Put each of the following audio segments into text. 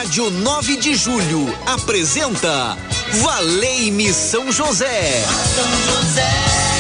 Rádio 9 de Julho apresenta Valei-me São José. São José,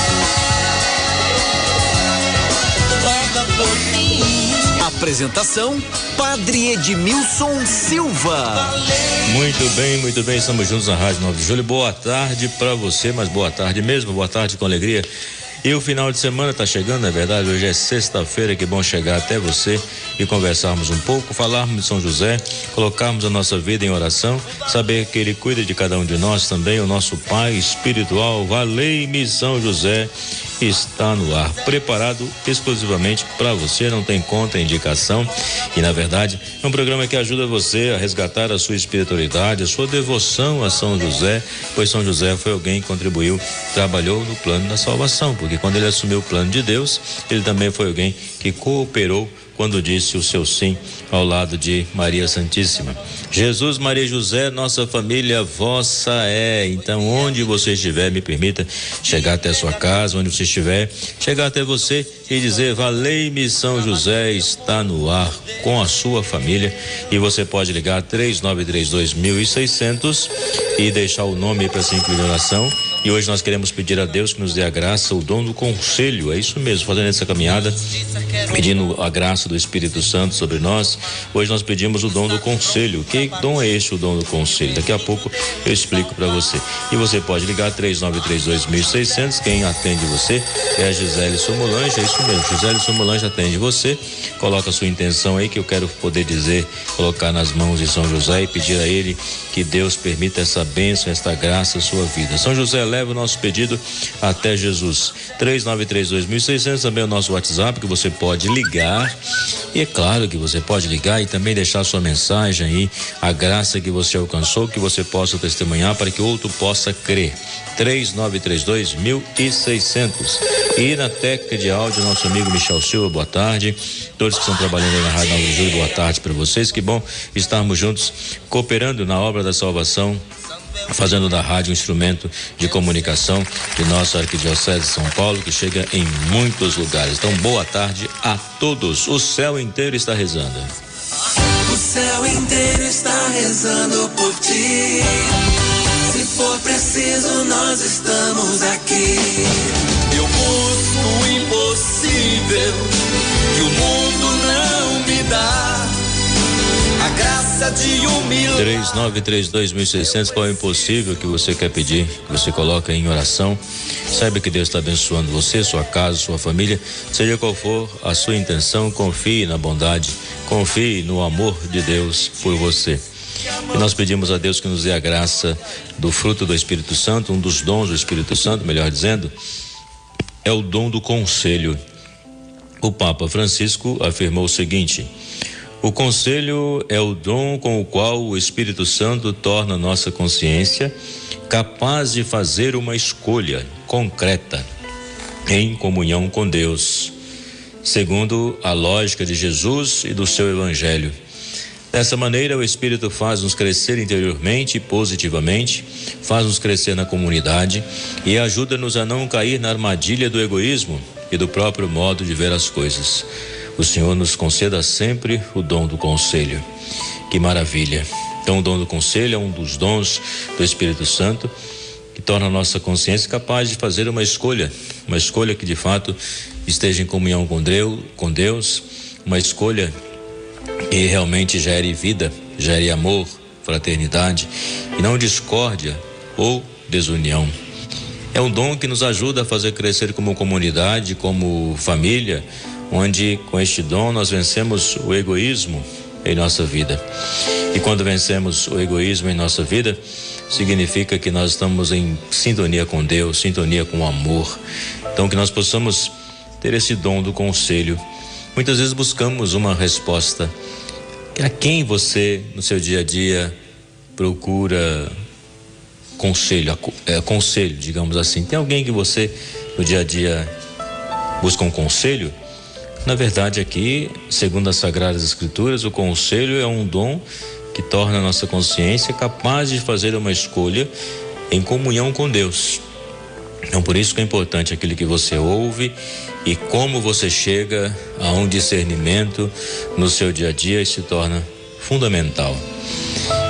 roga por mim. Apresentação, Padre Edmilson Silva. Muito bem, estamos juntos na Rádio 9 de Julho. Boa tarde para você, mas boa tarde mesmo, boa tarde com alegria. E o final de semana está chegando, é verdade, hoje é sexta-feira, que bom chegar até você e conversarmos um pouco, falarmos de São José, colocarmos a nossa vida em oração, saber que Ele cuida de cada um de nós também, o nosso Pai espiritual. Valei-me São José está no ar, preparado exclusivamente para você, não tem conta, indicação, e na verdade é um programa que ajuda você a resgatar a sua espiritualidade, a sua devoção a São José, pois São José foi alguém que contribuiu, trabalhou no plano da salvação, porque quando ele assumiu o plano de Deus, ele também foi alguém que cooperou quando disse o seu sim ao lado de Maria Santíssima. Jesus, Maria e José, nossa família vossa é. Então, onde você estiver, me permita chegar até a sua casa, onde você estiver, chegar até você e dizer: Valei-me São José está no ar com a sua família. E você pode ligar 3932.600 e deixar o nome para se incluir na oração. E hoje nós queremos pedir a Deus que nos dê a graça, o dom do conselho, é isso mesmo, fazendo essa caminhada, pedindo a graça do Espírito Santo sobre nós. Hoje nós pedimos o dom do conselho. Que dom é esse, o dom do conselho? Daqui a pouco eu explico para você. E você pode ligar 3932.600, quem atende você é a Gisele Somolange, é isso mesmo, Gisele Somolange atende você. Coloca a sua intenção aí, que eu quero poder dizer, colocar nas mãos de São José e pedir a ele que Deus permita essa bênção, esta graça à sua vida. São José, leva o nosso pedido até Jesus. 3932.600, também é o nosso WhatsApp, que você pode ligar, e é claro que você pode ligar e também deixar sua mensagem aí, a graça que você alcançou, que você possa testemunhar para que outro possa crer. 3932.600. E na técnica de áudio, nosso amigo Michel Silva, boa tarde. Todos que estão trabalhando aí na Rádio 9 de Julho, boa tarde para vocês. Que bom estarmos juntos, cooperando na obra da salvação, fazendo da rádio um instrumento de comunicação de nossa Arquidiocese de São Paulo, que chega em muitos lugares. Então, boa tarde a todos. O céu inteiro está rezando. O céu inteiro está rezando por ti. Se for preciso, nós estamos aqui. Eu busco o impossível que o mundo não me dá. A graça de um milagre. 3932.600, qual é o impossível que você quer pedir, que você coloca em oração? Saiba que Deus está abençoando você, sua casa, sua família, seja qual for a sua intenção, confie na bondade, confie no amor de Deus por você. E nós pedimos a Deus que nos dê a graça do fruto do Espírito Santo, um dos dons do Espírito Santo, melhor dizendo, é o dom do conselho. O Papa Francisco afirmou o seguinte: o conselho é o dom com o qual o Espírito Santo torna nossa consciência capaz de fazer uma escolha concreta em comunhão com Deus, segundo a lógica de Jesus e do seu Evangelho. Dessa maneira, o Espírito faz-nos crescer interiormente e positivamente, faz-nos crescer na comunidade e ajuda-nos a não cair na armadilha do egoísmo e do próprio modo de ver as coisas. O Senhor nos conceda sempre o dom do conselho. Que maravilha! Então, o dom do conselho é um dos dons do Espírito Santo, que torna a nossa consciência capaz de fazer uma escolha que de fato esteja em comunhão com Deus, uma escolha que realmente gere vida, gere amor, fraternidade e não discórdia ou desunião. É um dom que nos ajuda a fazer crescer como comunidade, como família, onde com este dom nós vencemos o egoísmo em nossa vida. E quando vencemos o egoísmo em nossa vida, significa que nós estamos em sintonia com Deus, sintonia com o amor. Então, que nós possamos ter esse dom do conselho. Muitas vezes buscamos uma resposta. A quem você, no seu dia a dia, procura conselho, digamos assim? Tem alguém que você, no dia a dia, busca um conselho? Na verdade, aqui, segundo as Sagradas Escrituras, o conselho é um dom que torna a nossa consciência capaz de fazer uma escolha em comunhão com Deus. Então, por isso que é importante aquilo que você ouve e como você chega a um discernimento no seu dia a dia, se torna fundamental.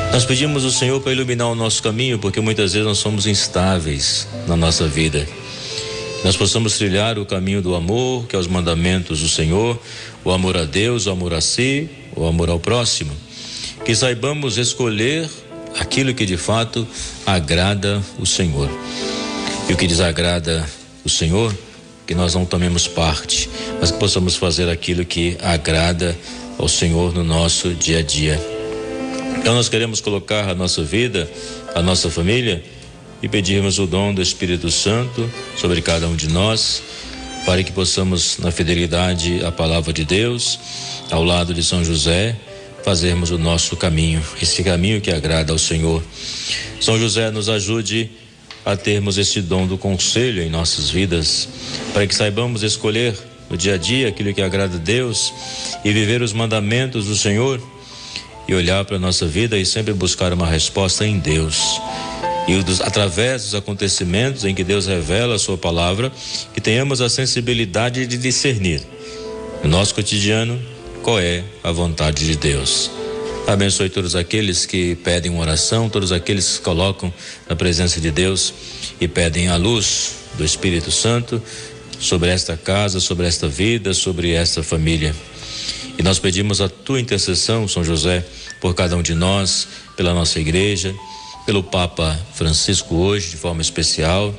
Nós pedimos ao Senhor para iluminar o nosso caminho, porque muitas vezes nós somos instáveis na nossa vida. Nós possamos trilhar o caminho do amor, que é os mandamentos do Senhor, o amor a Deus, o amor a si, o amor ao próximo. Que saibamos escolher aquilo que de fato agrada o Senhor. E o que desagrada o Senhor, que nós não tomemos parte, mas que possamos fazer aquilo que agrada ao Senhor no nosso dia a dia. Então nós queremos colocar a nossa vida, a nossa família, e pedirmos o dom do Espírito Santo sobre cada um de nós, para que possamos, na fidelidade à palavra de Deus, ao lado de São José, fazermos o nosso caminho, esse caminho que agrada ao Senhor. São José nos ajude a termos esse dom do conselho em nossas vidas, para que saibamos escolher no dia a dia aquilo que agrada a Deus e viver os mandamentos do Senhor, e olhar para a nossa vida e sempre buscar uma resposta em Deus. E através dos acontecimentos em que Deus revela a sua palavra, que tenhamos a sensibilidade de discernir no nosso cotidiano qual é a vontade de Deus. Abençoe todos aqueles que pedem uma oração, todos aqueles que se colocam na presença de Deus e pedem a luz do Espírito Santo sobre esta casa, sobre esta vida, sobre esta família. E nós pedimos a tua intercessão, São José, por cada um de nós, pela nossa igreja, pelo Papa Francisco hoje, de forma especial,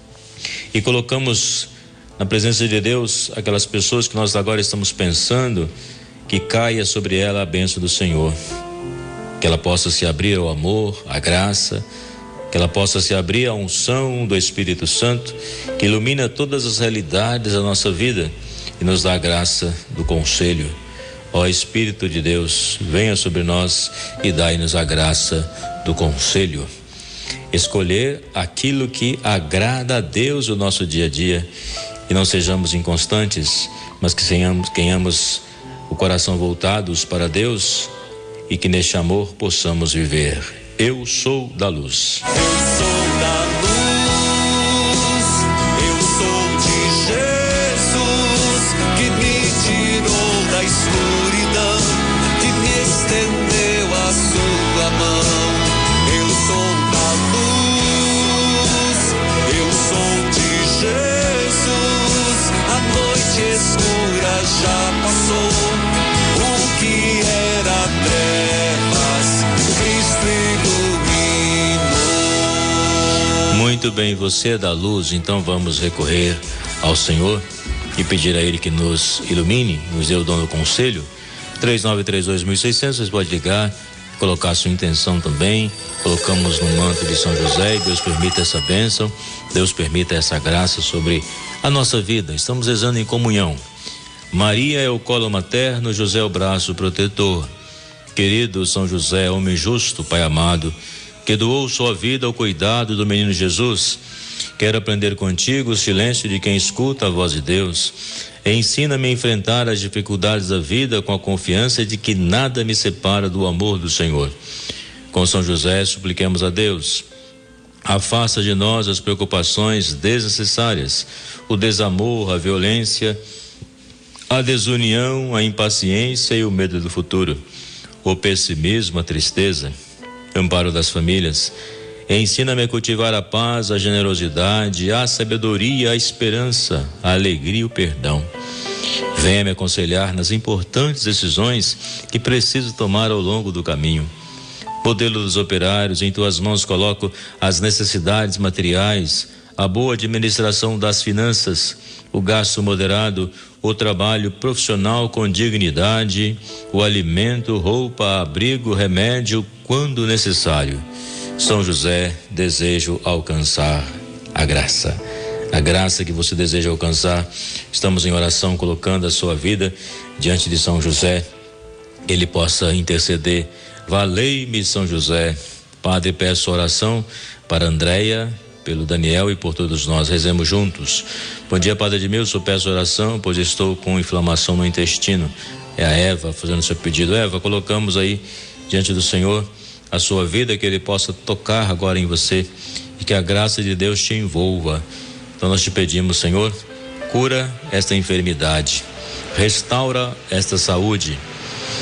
e colocamos na presença de Deus aquelas pessoas que nós agora estamos pensando que caia sobre ela a bênção do Senhor, que ela possa se abrir ao amor, à graça, que ela possa se abrir à unção do Espírito Santo, que ilumina todas as realidades da nossa vida e nos dá a graça do conselho. Ó Espírito de Deus, venha sobre nós e dai-nos a graça do conselho. Escolher aquilo que agrada a Deus no nosso dia a dia, e não sejamos inconstantes, mas que tenhamos o coração voltados para Deus e que neste amor possamos viver. Eu sou da luz. Eu sou da luz, eu sou de Jesus, que me tirou da escuridão, que me estendeu a sua mão. Eu sou da luz, eu sou de Jesus, a noite escura já passou, o que era trevas, Cristo iluminou. Muito bem, você é da luz, então vamos recorrer ao Senhor e pedir a Ele que nos ilumine, nos dê o dom do conselho. 3932.600, vocês podem ligar, colocar a sua intenção também. Colocamos no manto de São José, e Deus permita essa bênção, Deus permita essa graça sobre a nossa vida. Estamos rezando em comunhão. Maria é o colo materno, José é o braço protetor. Querido São José, homem justo, Pai amado, que doou sua vida ao cuidado do menino Jesus, quero aprender contigo o silêncio de quem escuta a voz de Deus. Ensina-me a enfrentar as dificuldades da vida com a confiança de que nada me separa do amor do Senhor. Com São José, supliquemos a Deus: afasta de nós as preocupações desnecessárias, o desamor, a violência, a desunião, a impaciência e o medo do futuro, o pessimismo, a tristeza. Amparo das famílias, ensina-me a cultivar a paz, a generosidade, a sabedoria, a esperança, a alegria e o perdão. Venha me aconselhar nas importantes decisões que preciso tomar ao longo do caminho. Modelo dos operários, em tuas mãos coloco as necessidades materiais, a boa administração das finanças, o gasto moderado, o trabalho profissional com dignidade, o alimento, roupa, abrigo, remédio, quando necessário. São José, desejo alcançar a graça. A graça que você deseja alcançar, estamos em oração colocando a sua vida diante de São José, que ele possa interceder. Valei-me, São José. Padre, peço oração para Andréia, pelo Daniel e por todos nós. Rezemos juntos. Bom dia, Padre Edmilson, peço oração, pois estou com inflamação no intestino. É a Eva fazendo seu pedido. Eva, colocamos aí diante do Senhor a sua vida, que Ele possa tocar agora em você e que a graça de Deus te envolva. Então nós te pedimos, Senhor, cura esta enfermidade, restaura esta saúde,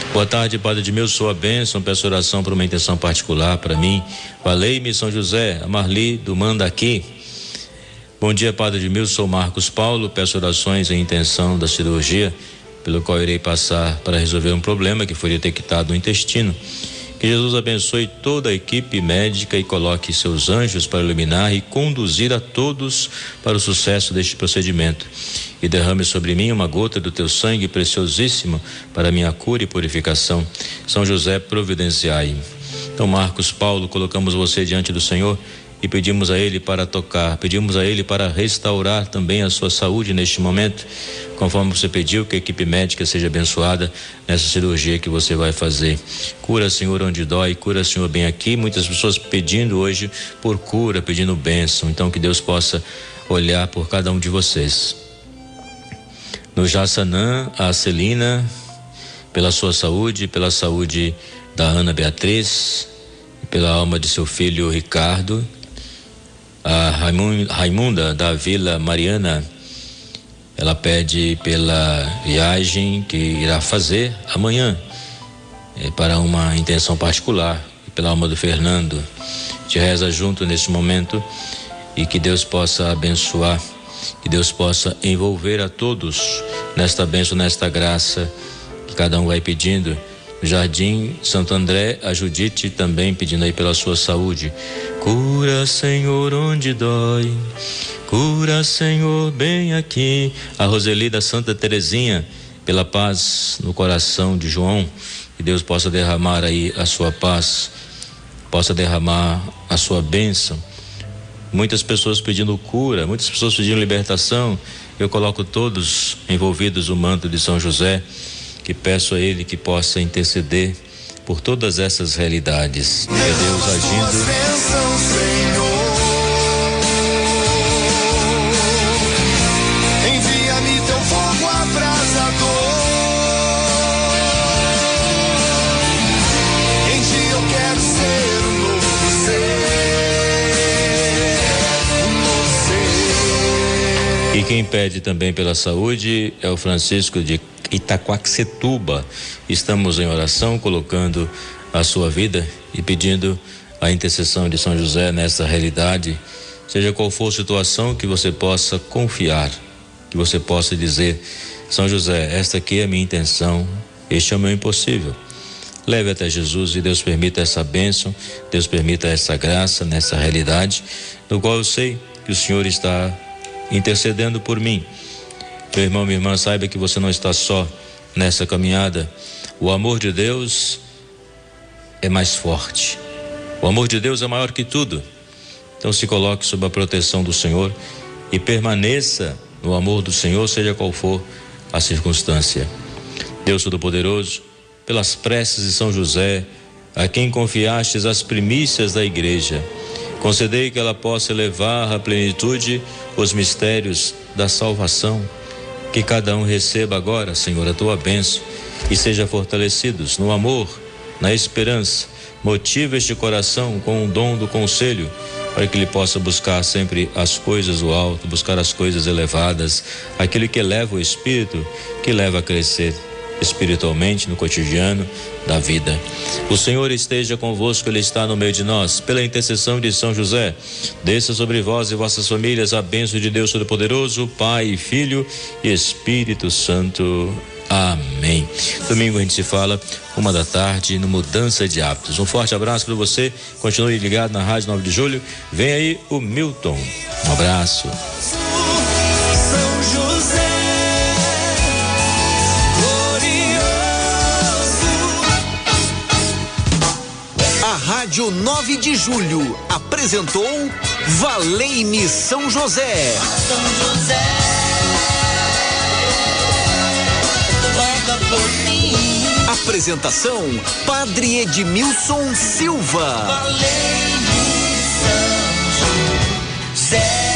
Boa tarde, Padre Edmilson, sua bênção, peço oração por uma intenção particular para mim. Valei-me São José, a Marli do Mandaqui. Bom dia, Padre Edmilson, sou Marcos Paulo, peço orações em intenção da cirurgia, pelo qual irei passar para resolver um problema que foi detectado no intestino. Que Jesus abençoe toda a equipe médica e coloque seus anjos para iluminar e conduzir a todos para o sucesso deste procedimento. E derrame sobre mim uma gota do teu sangue preciosíssimo para minha cura e purificação. São José, providenciai. Então, Marcos Paulo, colocamos você diante do Senhor e pedimos a Ele para tocar, pedimos a Ele para restaurar também a sua saúde neste momento, conforme você pediu, que a equipe médica seja abençoada nessa cirurgia que você vai fazer. Cura, Senhor, onde dói, cura, Senhor, bem aqui. Muitas pessoas pedindo hoje por cura, pedindo bênção. Então, que Deus possa olhar por cada um de vocês. No Jassanã, a Celina, pela sua saúde, pela saúde da Ana Beatriz, pela alma de seu filho Ricardo. A Raimunda da Vila Mariana, ela pede pela viagem que irá fazer amanhã, para uma intenção particular, pela alma do Fernando. Te reza junto neste momento e que Deus possa abençoar, que Deus possa envolver a todos nesta bênção, nesta graça que cada um vai pedindo. Jardim Santo André, a Judite também pedindo aí pela sua saúde. Cura, Senhor, onde dói, cura, Senhor, bem aqui. A Roseli da Santa Terezinha, pela paz no coração de João, que Deus possa derramar aí a sua paz, possa derramar a sua bênção. Muitas pessoas pedindo cura, muitas pessoas pedindo libertação. Eu coloco todos envolvidos no manto de São José, que peço a Ele que possa interceder por todas essas realidades. Que é Deus agindo. Envia-me teu fogo abrasador. Em ti eu quero ser um novo ser. E quem pede também pela saúde é o Francisco de Itaquaquecetuba. Estamos em oração, colocando a sua vida e pedindo a intercessão de São José nessa realidade. Seja qual for a situação, que você possa confiar, que você possa dizer: São José, esta aqui é a minha intenção, este é o meu impossível. Leve até Jesus e Deus permita essa bênção, Deus permita essa graça nessa realidade, no qual eu sei que o Senhor está intercedendo por mim. Meu irmão, minha irmã, saiba que você não está só nessa caminhada. O amor de Deus é mais forte. O amor de Deus é maior que tudo. Então se coloque sob a proteção do Senhor e permaneça no amor do Senhor, seja qual for a circunstância. Deus Todo-Poderoso, pelas preces de São José, a quem confiastes as primícias da igreja, concedei que ela possa levar à plenitude os mistérios da salvação. Que cada um receba agora, Senhor, a tua bênção e seja fortalecidos no amor, na esperança. Motiva este coração com o dom do conselho, para que ele possa buscar sempre as coisas do alto, buscar as coisas elevadas, aquilo que eleva o espírito, que leva a crescer espiritualmente no cotidiano da vida. O Senhor esteja convosco, Ele está no meio de nós. Pela intercessão de São José, desça sobre vós e vossas famílias a bênção de Deus Todo-Poderoso, Pai, Filho e Espírito Santo. Amém. Domingo a gente se fala 13h, no Mudança de Hábitos. Um forte abraço para você, continue ligado na Rádio 9 de Julho. Vem aí o Milton. Um abraço. São José, A Rádio 9 de Julho apresentou Valei-me São José. São José, roga por mim. Apresentação: Padre Edmilson Silva. Valei-me São José.